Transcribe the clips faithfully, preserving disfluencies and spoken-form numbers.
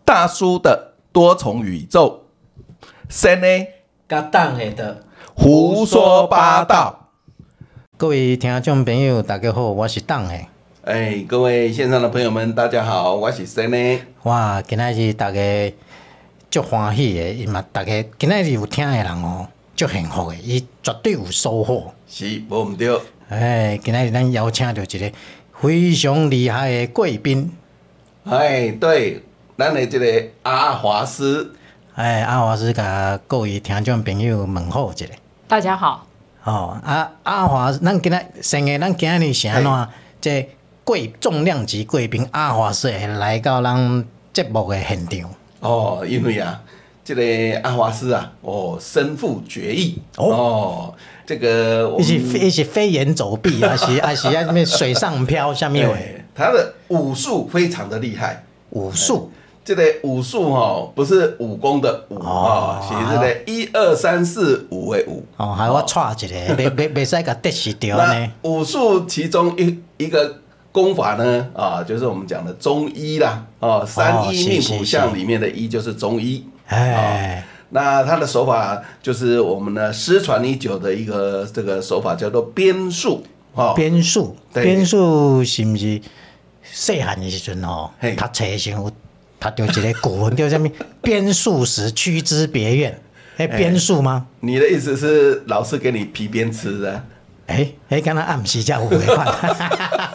大叔的多重宇宙，三呢甲党下的胡说八道。 各位听众朋友，大家好，我是党的。 哎，各位线上的朋友们，大家好，我是三呢。 哇，今仔日大家足欢喜的，因嘛大家今仔日有听的人哦，足幸福的，伊绝对有收获。 是，无毋对。 哎，今仔日咱邀请到一个非常厉害的贵宾。 哎，对，咱的这个阿华斯。 哎，阿华斯甲各位听众朋友问候一下。 大家好。 哦，啊，阿华，咱今仔先个，咱今日是安怎？这贵重量级贵宾阿华斯会来到咱节目的现场。 哦，因为啊，这个阿华斯啊，哦，身负绝艺。哦。哦这个我们是一是飞檐走壁，还是还是那边水上漂下面？ 他的武术非常的厉害。 武术， 这个武术哈，不是武功的武啊，是这个一二三四五的武。 哦，还我错一个，袂袂袂使甲得失掉呢。 武术其中一一个功法呢，啊，就是我们讲的中医啦，哦，三医命谱相里面的医就是中医。哎。那他的手法就是我们呢失传已久的一个这个手法，叫做鞭术。 哦，鞭术，鞭术是不是细汉的时阵哦，读册的时候读到一个古文叫什么？鞭术时驱之别院。哎，鞭术吗？ 你的意思是老师给你皮鞭吃的？ 哎哎，刚才暗时才有会看。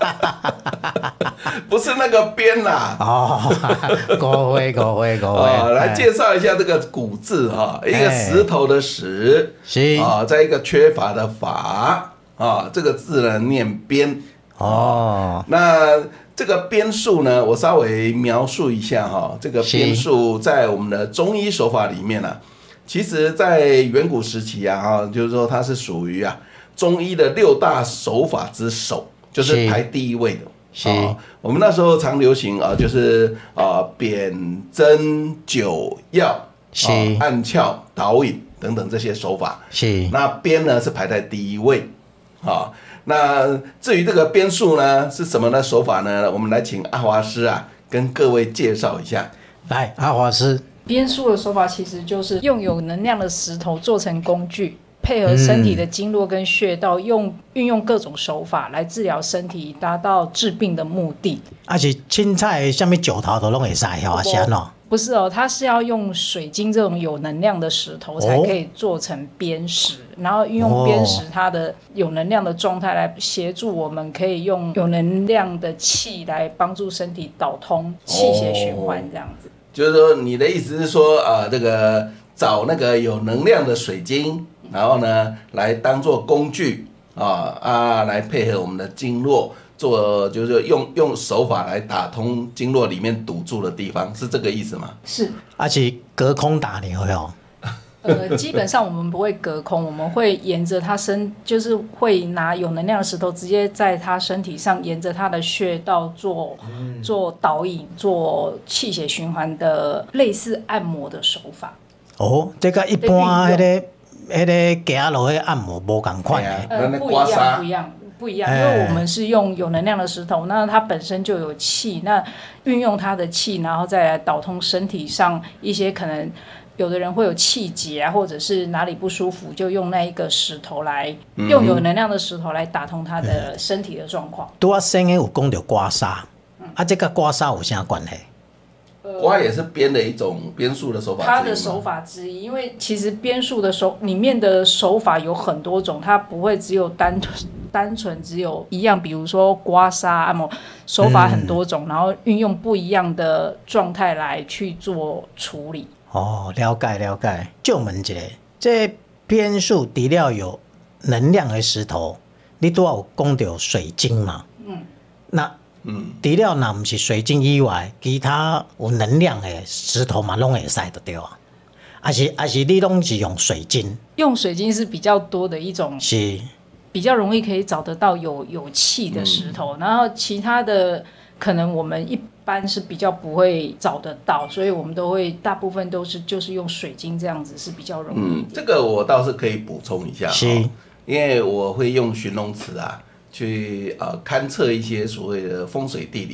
不是那个鞭啦。 哦，误会误会误会。 哦，来介绍一下这个古字哈，一个石头的石， 是啊，在一个缺乏的乏啊，这个字呢念鞭。哦，那这个鞭术呢，我稍微描述一下哈，这个鞭术在我们的中医手法里面呢、啊，其实在远古时期啊，哈，就是说它是属于啊中医的六大手法之首，就是排第一位的。是、哦，我们那时候常流行啊，就是啊扁针灸药、是、哦、按窍、导引等等这些手法。是，那鞭呢是排在第一位。啊、哦，那至于这个鞭术呢是什么的手法呢？我们来请阿华师啊跟各位介绍一下。 来，阿华师， 鞭术的手法其实就是用有能量的石头做成工具。配合身体的经络跟穴道，用运用各种手法来治疗身体，达到治病的目的。 而且青菜下面九头都弄会晒，好香哦。 不是哦，它是要用水晶这种有能量的石头才可以做成鞭石，哦、然后运用鞭石它的有能量的状态来协助我们，可以用有能量的气来帮助身体导通气血循环，这样子。 哦、就是说，你的意思是说，啊，这个找那个有能量的水晶。然后呢，来当做工具啊啊，来配合我们的经络做，就是用用手法来打通经络里面堵住的地方，是这个意思吗？ 是， 而且隔空打你会哦。 呃，基本上我们不会隔空，我们会沿着他身，就是会拿有能量的石头，直接在他身体上，沿着他的穴道做、嗯、做导引，做气血循环的类似按摩的手法。 哦，这个一般那个。迄个行路迄按摩无共款诶， 呃，不一样，不一样，不一样，因为我们是用有能量的石头，那它本身就有气，那运用它的气，然后再来导通身体上一些可能有的人会有气结啊，或者是哪里不舒服，就用那一个石头来，嗯、用有能量的石头来打通他的身体的状况。 拄啊，先个有讲到刮痧，嗯、啊，这个刮痧有啥关系？ 刮也是鞭的一种鞭术的手法之一， 它的手法之一，因为其实鞭术的手里面的手法有很多种，它不会只有单单纯只有一样，比如说刮痧、按摩，手法很多种，嗯、然后运用不一样的状态来去做处理。 哦，了解了解。就问一下，这鞭术除了有能量的石头，你都有讲到水晶嘛？嗯，那。嗯，除了那不是水晶以外，其他有能量的石头嘛，拢会使得对啊。还是还是你拢是用水晶？ 用水晶是比较多的一种，是比较容易可以找得到有有气的石头，嗯、然后其他的可能我们一般是比较不会找得到，所以我们都会大部分都是就是用水晶这样子是比较容易。嗯， 这个我倒是可以补充一下，是，因为我会用寻龙词啊。去呃勘测一些所谓的风水地理，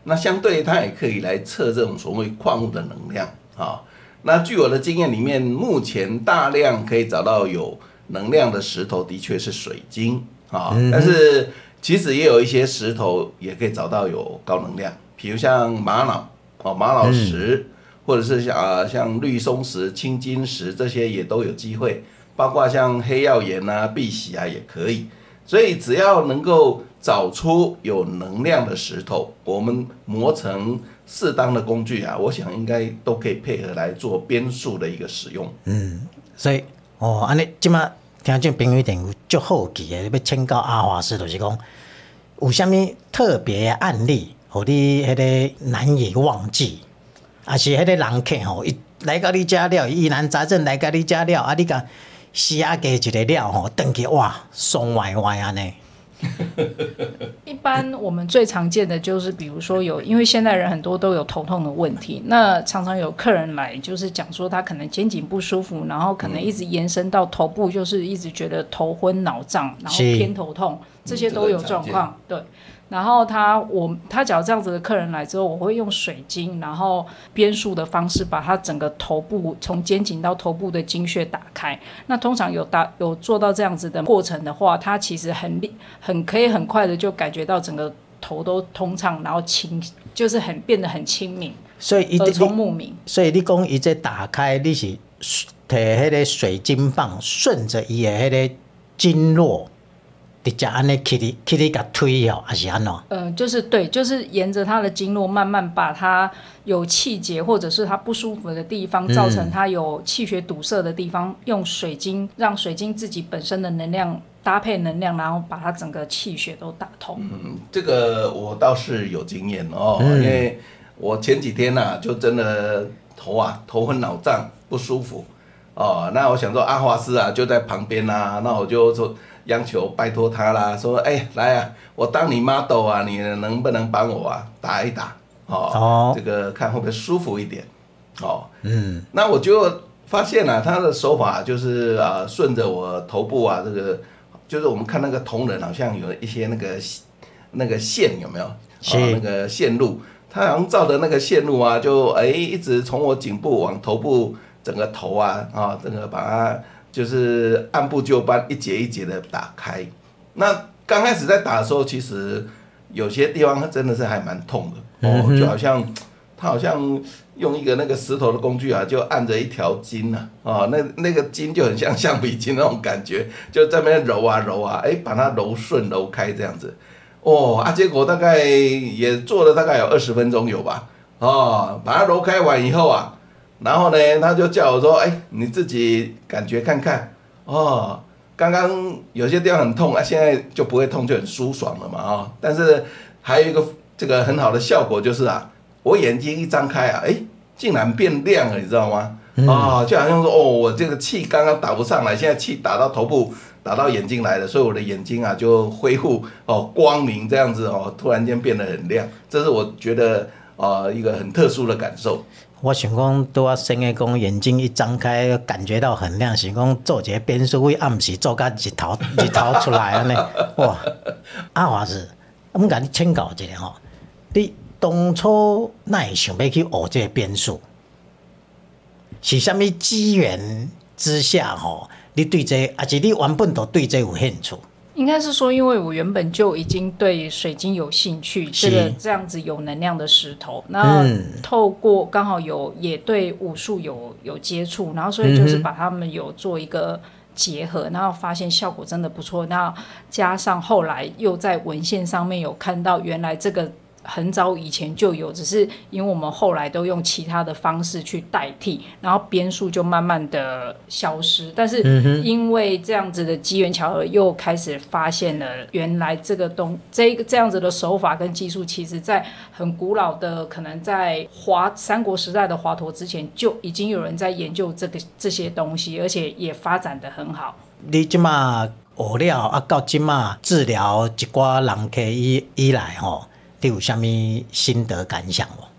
那相对它也可以来测这种所谓矿物的能量啊。那据我的经验里面，目前大量可以找到有能量的石头，的确是水晶啊，嗯、但是其实也有一些石头也可以找到有高能量，比如像玛瑙哦，玛瑙石，嗯、或者是像啊像绿松石、青金石这些也都有机会，包括像黑曜岩啊、碧玺啊也可以。所以只要能够找出有能量的石头，我们磨成适当的工具啊，我想应该都可以配合来做编束的一个使用。 嗯，所以哦，安尼即马听众朋友一定有足好奇的，要请教阿华师，就是讲有啥物特别的案例，互你迄个难以忘记，啊是迄个人客吼，伊来到你家了，疑难杂症来到你家了，啊你甲施压加一个了吼，回去哇爽歪歪安尼。 一般我们最常见的就是，比如说有，因为现代人很多都有头痛的问题，那常常有客人来，就是讲说他可能肩颈不舒服，然后可能一直延伸到头部，就是一直觉得头昏脑胀，然后偏头痛，这些都有状况。对，然后他我他假如这样子的客人来之后，我会用水晶，然后编束的方式把他整个头部从肩颈到头部的经穴打开。那通常有打有做到这样子的过程的话，他其实很很可以很快的就感觉到整个头都通畅，然后清就是很变得很清明， 所以耳聪目明。 所以你讲伊这打开，你是摕迄个水晶棒顺着伊的迄个经络。直接安尼去你去你甲推哦，还是安怎？ 嗯，就是对，就是沿着他的经络慢慢把他有气结或者是他不舒服的地方，造成他有气血堵塞的地方，嗯、用水晶让水晶自己本身的能量搭配能量，然后把他整个气血都打通。 嗯，这个我倒是有经验哦，嗯、因为我前几天啊，就真的头啊头昏脑胀不舒服哦，那我想说阿华师啊就在旁边啊，那我就说。央求拜托他啦，说哎、欸、来啊，我当你 model 啊，你能不能帮我啊打一打哦？哦这个看会不会舒服一点哦？嗯，那我就发现啊，他的手法就是啊，顺着我头部啊，这个就是我们看那个同仁好像有一些那个那个线有没有？是、哦、那个线路，他好像照着那个线路啊，就哎、欸、一直从我颈部往头部整个头啊啊，哦、这个把它。就是按部就班，一节一节的打开。那刚开始在打的时候，其实有些地方真的是还蛮痛的哦，就好像他好像用一个那个石头的工具啊，就按着一条筋啊，哦，那那个筋就很像橡皮筋那种感觉，就在那边揉啊揉啊，哎、欸，把它揉顺揉开这样子。哦啊，结果大概也做了大概有二十分钟有吧，哦，把它揉开完以后啊。然后呢，他就叫我说：“哎、欸，你自己感觉看看哦，刚刚有些地方很痛啊，现在就不会痛，就很舒爽了嘛啊、哦。但是还有一个这个很好的效果就是啊，我眼睛一张开啊，哎、欸，竟然变亮了，你知道吗？啊、嗯哦，就好像说哦，我这个气刚刚打不上来，现在气打到头部，打到眼睛来了，所以我的眼睛啊就恢复哦光明这样子哦，突然间变得很亮，这是我觉得啊、呃、一个很特殊的感受。” 我想讲，拄啊先个讲眼睛一张开，感觉到很亮，是讲做一个编束，为暗时做甲日头日头出来安尼，哇！阿华师，我们甲你请教一下吼，你当初哪会想要去学这个编束？是啥物机缘之下吼，你对这，还是你原本就对这有兴趣？ 应该是说，因为我原本就已经对水晶有兴趣，这个这样子有能量的石头，那透过刚好有也对武术有有接触，然后所以就是把他们有做一个结合，然后发现效果真的不错。那加上后来又在文献上面有看到，原来这个很早以前就有，只是因为我们后来都用其他的方式去代替，然后编束就慢慢的消失。但是因为这样子的机缘巧合，又开始发现了原来这个东这个这样子的手法跟技术，其实在很古老的，可能在华三国时代的华佗之前，就已经有人在研究这个这些东西，而且也发展得很好。 你即马学了啊，到即马治疗一寡人客以以来吼。你有啥物心得感想无？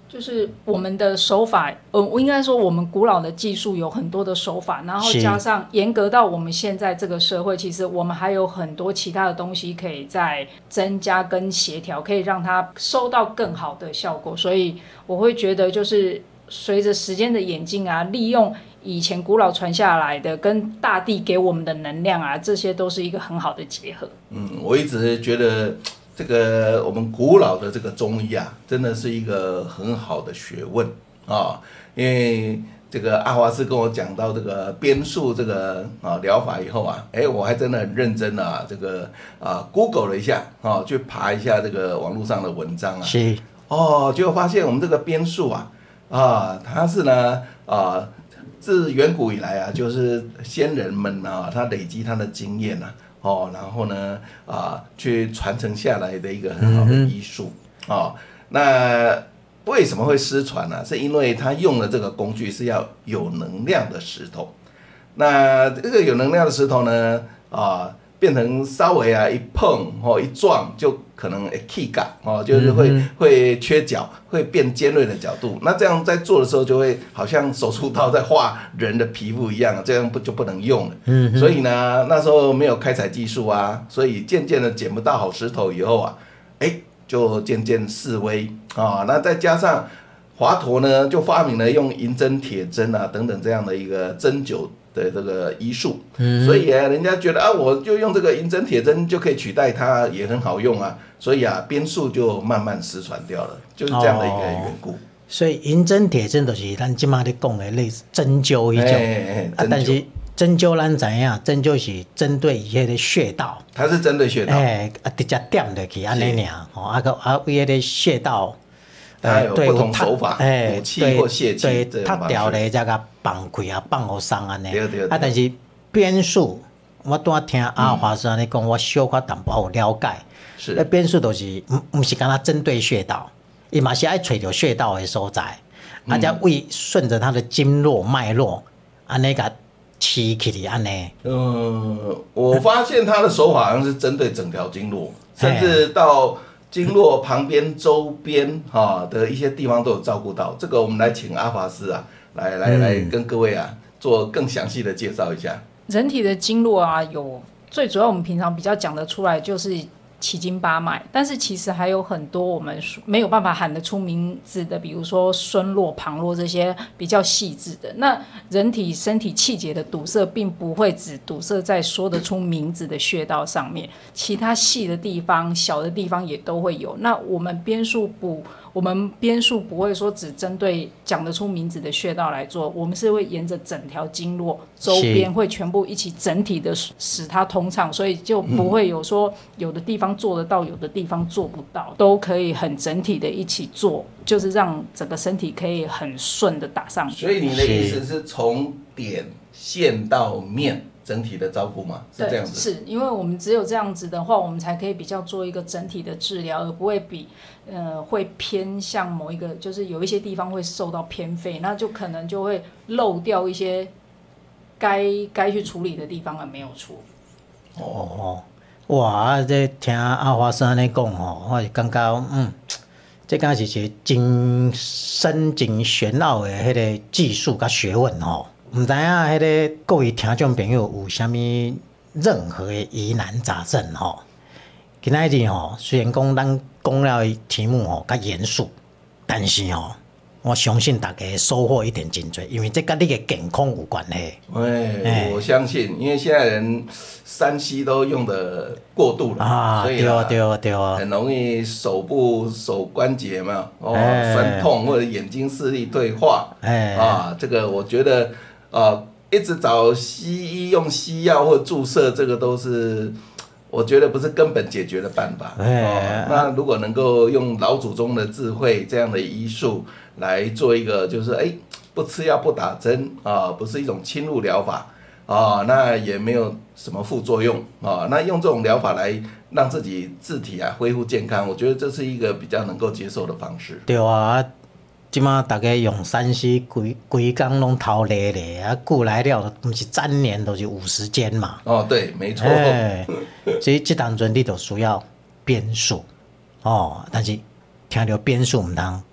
就是我们的手法，呃，我应该说我们古老的技术有很多的手法，然后加上严格到我们现在这个社会，其实我们还有很多其他的东西可以再增加跟协调，可以让它收到更好的效果。所以我会觉得，就是随着时间的演进啊，利用以前古老传下来的跟大地给我们的能量啊，这些都是一个很好的结合。 嗯，我一直觉得。这个我们古老的这个中医啊，真的是一个很好的学问啊，因为这个阿华师跟我讲到这个边术这个啊疗法以后啊，哎，我还真的很认真啊，这个啊 Google 了一下啊，去爬一下这个网络上的文章啊， 是哦，结果发现我们这个边术啊啊，它是呢啊，自远古以来啊，就是先人们啊，他累积他的经验啊。哦，然后呢，啊，去传承下来的一个很好的医术啊、哦。那为什么会失传呢、啊？是因为他用的这个工具是要有能量的石头。那这个有能量的石头呢，啊，变成稍微啊一碰哦一撞就可能会起角哦，就是会、嗯、会缺角，会变尖锐的角度。那这样在做的时候就会好像手术刀在划人的皮肤一样，这样不就不能用了。嗯，所以呢那时候没有开采技术啊，所以渐渐的捡不到好石头以后啊，哎就渐渐式微啊。那再加上华佗呢就发明了用银针、铁针啊等等这样的一个针灸的这个医术，嗯、所以啊，人家觉得啊，我就用这个银针、铁针就可以取代它，也很好用啊，所以啊，边术就慢慢失传掉了，就是这样的一个缘故。哦、 所以银针、铁针就是咱今嘛咧讲的类似针灸一种，欸、啊，但是针灸咱知影，针灸是针对伊迄个穴道， 它是针对穴道， 哎、欸，啊，直接点落去安尼尔，吼，啊个啊为迄个穴道。 它有不同手法，补气或泄气， 对，对，它调咧才个放开啊，放互松安尼。啊，但是边术，我拄仔听阿华师安尼讲，我小可淡薄有了解。 是。 那边术就是毋毋是干那针对穴道，伊嘛是爱找着穴道的所在，啊，才为顺着它的经络脉络，安尼甲起起嚟安尼。 嗯，我发现他的手法好像是针对整条经络，甚至到。经络旁边、周边哈的一些地方都有照顾到，这个我们来请阿华师啊，来来来跟各位啊做更详细的介绍一下。 人体的经络啊，有最主要我们平常比较讲得出来就是七经八脉，但是其实还有很多我们没有办法喊得出名字的，比如说孙络、旁络这些比较细致的。那人体身体气节的堵塞，并不会只堵塞在说得出名字的穴道上面，其他细的地方、小的地方也都会有。那我们边术补，我们边术不会说只针对讲得出名字的穴道来做，我们是会沿着整条经络周边会全部一起整体的使它通畅，所以就不会有说有的地方做得到，有的地方做不到，都可以很整体的一起做，就是让整个身体可以很顺的打上去。 所以你的意思是从点线到面整体的照顾吗？是这样子？ 是因为我们只有这样子的话，我们才可以比较做一个整体的治疗，而不会比呃会偏向某一个，就是有一些地方会受到偏废，那就可能就会漏掉一些该该去处理的地方而没有处理。 哦。哇！这听阿华师安尼讲吼，我是感觉嗯，这敢是一个真深真玄奥的迄个技术甲学问吼。毋知影迄个各位听众朋友有啥物任何的疑难杂症吼？今仔日吼，虽然讲咱讲了的题目吼较严肃，但是吼。我相信大家收获一点真多，因为这跟你的健康有关系。 哎，我相信，因为现在人三 C 都用的过度了啊， 所以对啊对啊对啊， 很容易手部手关节嘛，哦，哎、酸痛或者眼睛视力退化，哎啊，这个我觉得呃，一直找西医用西药或注射，这个都是。我觉得不是根本解决的办法。哎、哦，那如果能够用老祖宗的智慧这样的医术来做一个，就是哎，不吃药不打针啊，不是一种侵入疗法啊，那也没有什么副作用啊，那用这种疗法来让自己自体啊恢复健康，我觉得这是一个比较能够接受的方式。 对啊。即马大家用三 C 规规工拢头咧咧啊，久来了，毋是粘连，都是五十肩嘛。 哦，对，没错。 哎，所以这当阵你就需要边术哦，但是听到边术毋通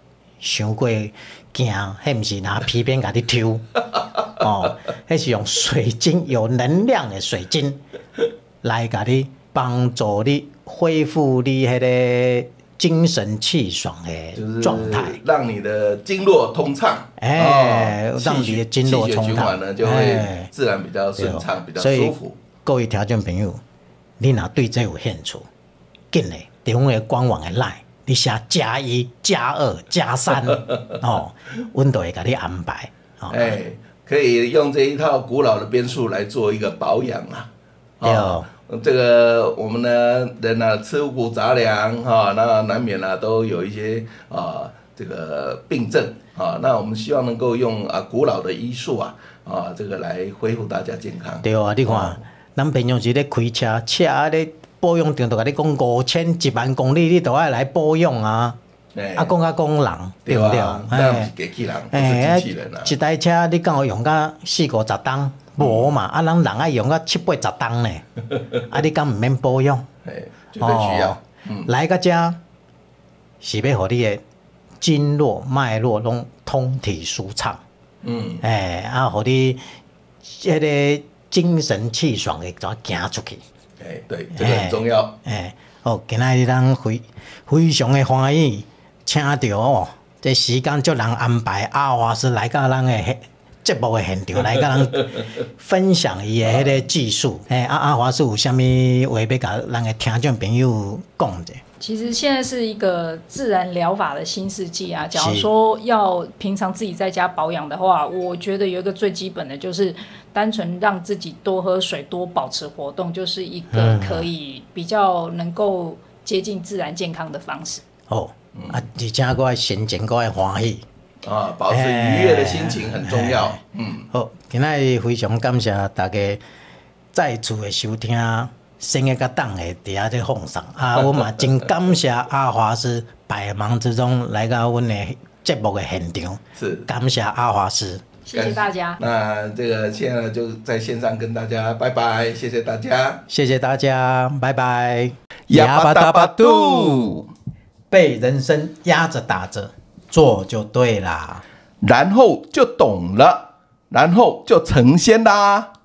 伤过惊，迄毋是拿皮鞭甲你抽哦，迄是用水晶有能量的水晶来甲你帮助你恢复你迄个精神气爽的状态， 让你的经络通畅， 哎、欸，让你的经络通畅， 循环呢就会自然比较顺畅、欸，比较舒服。 各位听众朋友，你若对这有兴趣，紧嘞，伫阮的官网的 line， 你写加一、加二、加三哦，阮都会给你安排。 哎、哦欸，可以用这一套古老的鞭术来做一个保养啊。 对哦。 这个我们呢人呢、啊、吃五谷杂粮哈，那难免呢、啊、都有一些啊这个病症啊，那我们希望能够用啊古老的医术啊啊这个来恢复大家健康。 对啊，你看，哦、咱平常时咧开车，车咧保养店都甲你讲五千一万公里，你都要来保养啊。欸、啊，讲甲讲人，对不对？ 那不是机器人，不是机器人啊。 一台车你敢有用甲四五十吨？无嘛，啊，咱人爱用到七八十吨呢，啊，你敢毋免保养？ 诶，绝对需要。 哦嗯、来个遮是要互你的经络脉络拢通体舒畅。嗯，诶、欸，啊，互你迄个精神气爽的怎行出去？ 诶，对，这个很重要。 诶、欸，哦，今仔日咱非非常的欢喜，请到哦，这时间足人安排阿华师来到咱的。节目的现场来甲咱分享伊的迄个技术，诶，啊阿华师有啥物话要甲咱的听众朋友讲者？ 其实现在是一个自然疗法的新世纪啊。假如说要平常自己在家保养的话，我觉得有一个最基本的就是单纯让自己多喝水、多保持活动，就是一个可以比较能够接近自然健康的方式。 嗯、哦，啊，而且我爱心情，我爱欢喜。 啊，保持愉悦的心情很重要。嗯， 好，今日非常感谢大家再次的收听，生个甲当的伫遐咧放送啊，我嘛真感谢阿华师百忙之中来到阮的节目的现场， 是感谢阿华师， 谢谢大家。 那这个现在就在线上跟大家拜拜，谢谢大家， 谢谢大家，拜拜。 哑巴大巴肚， 被人生压着打着。做就对啦， 然后就懂了，然后就成仙啦。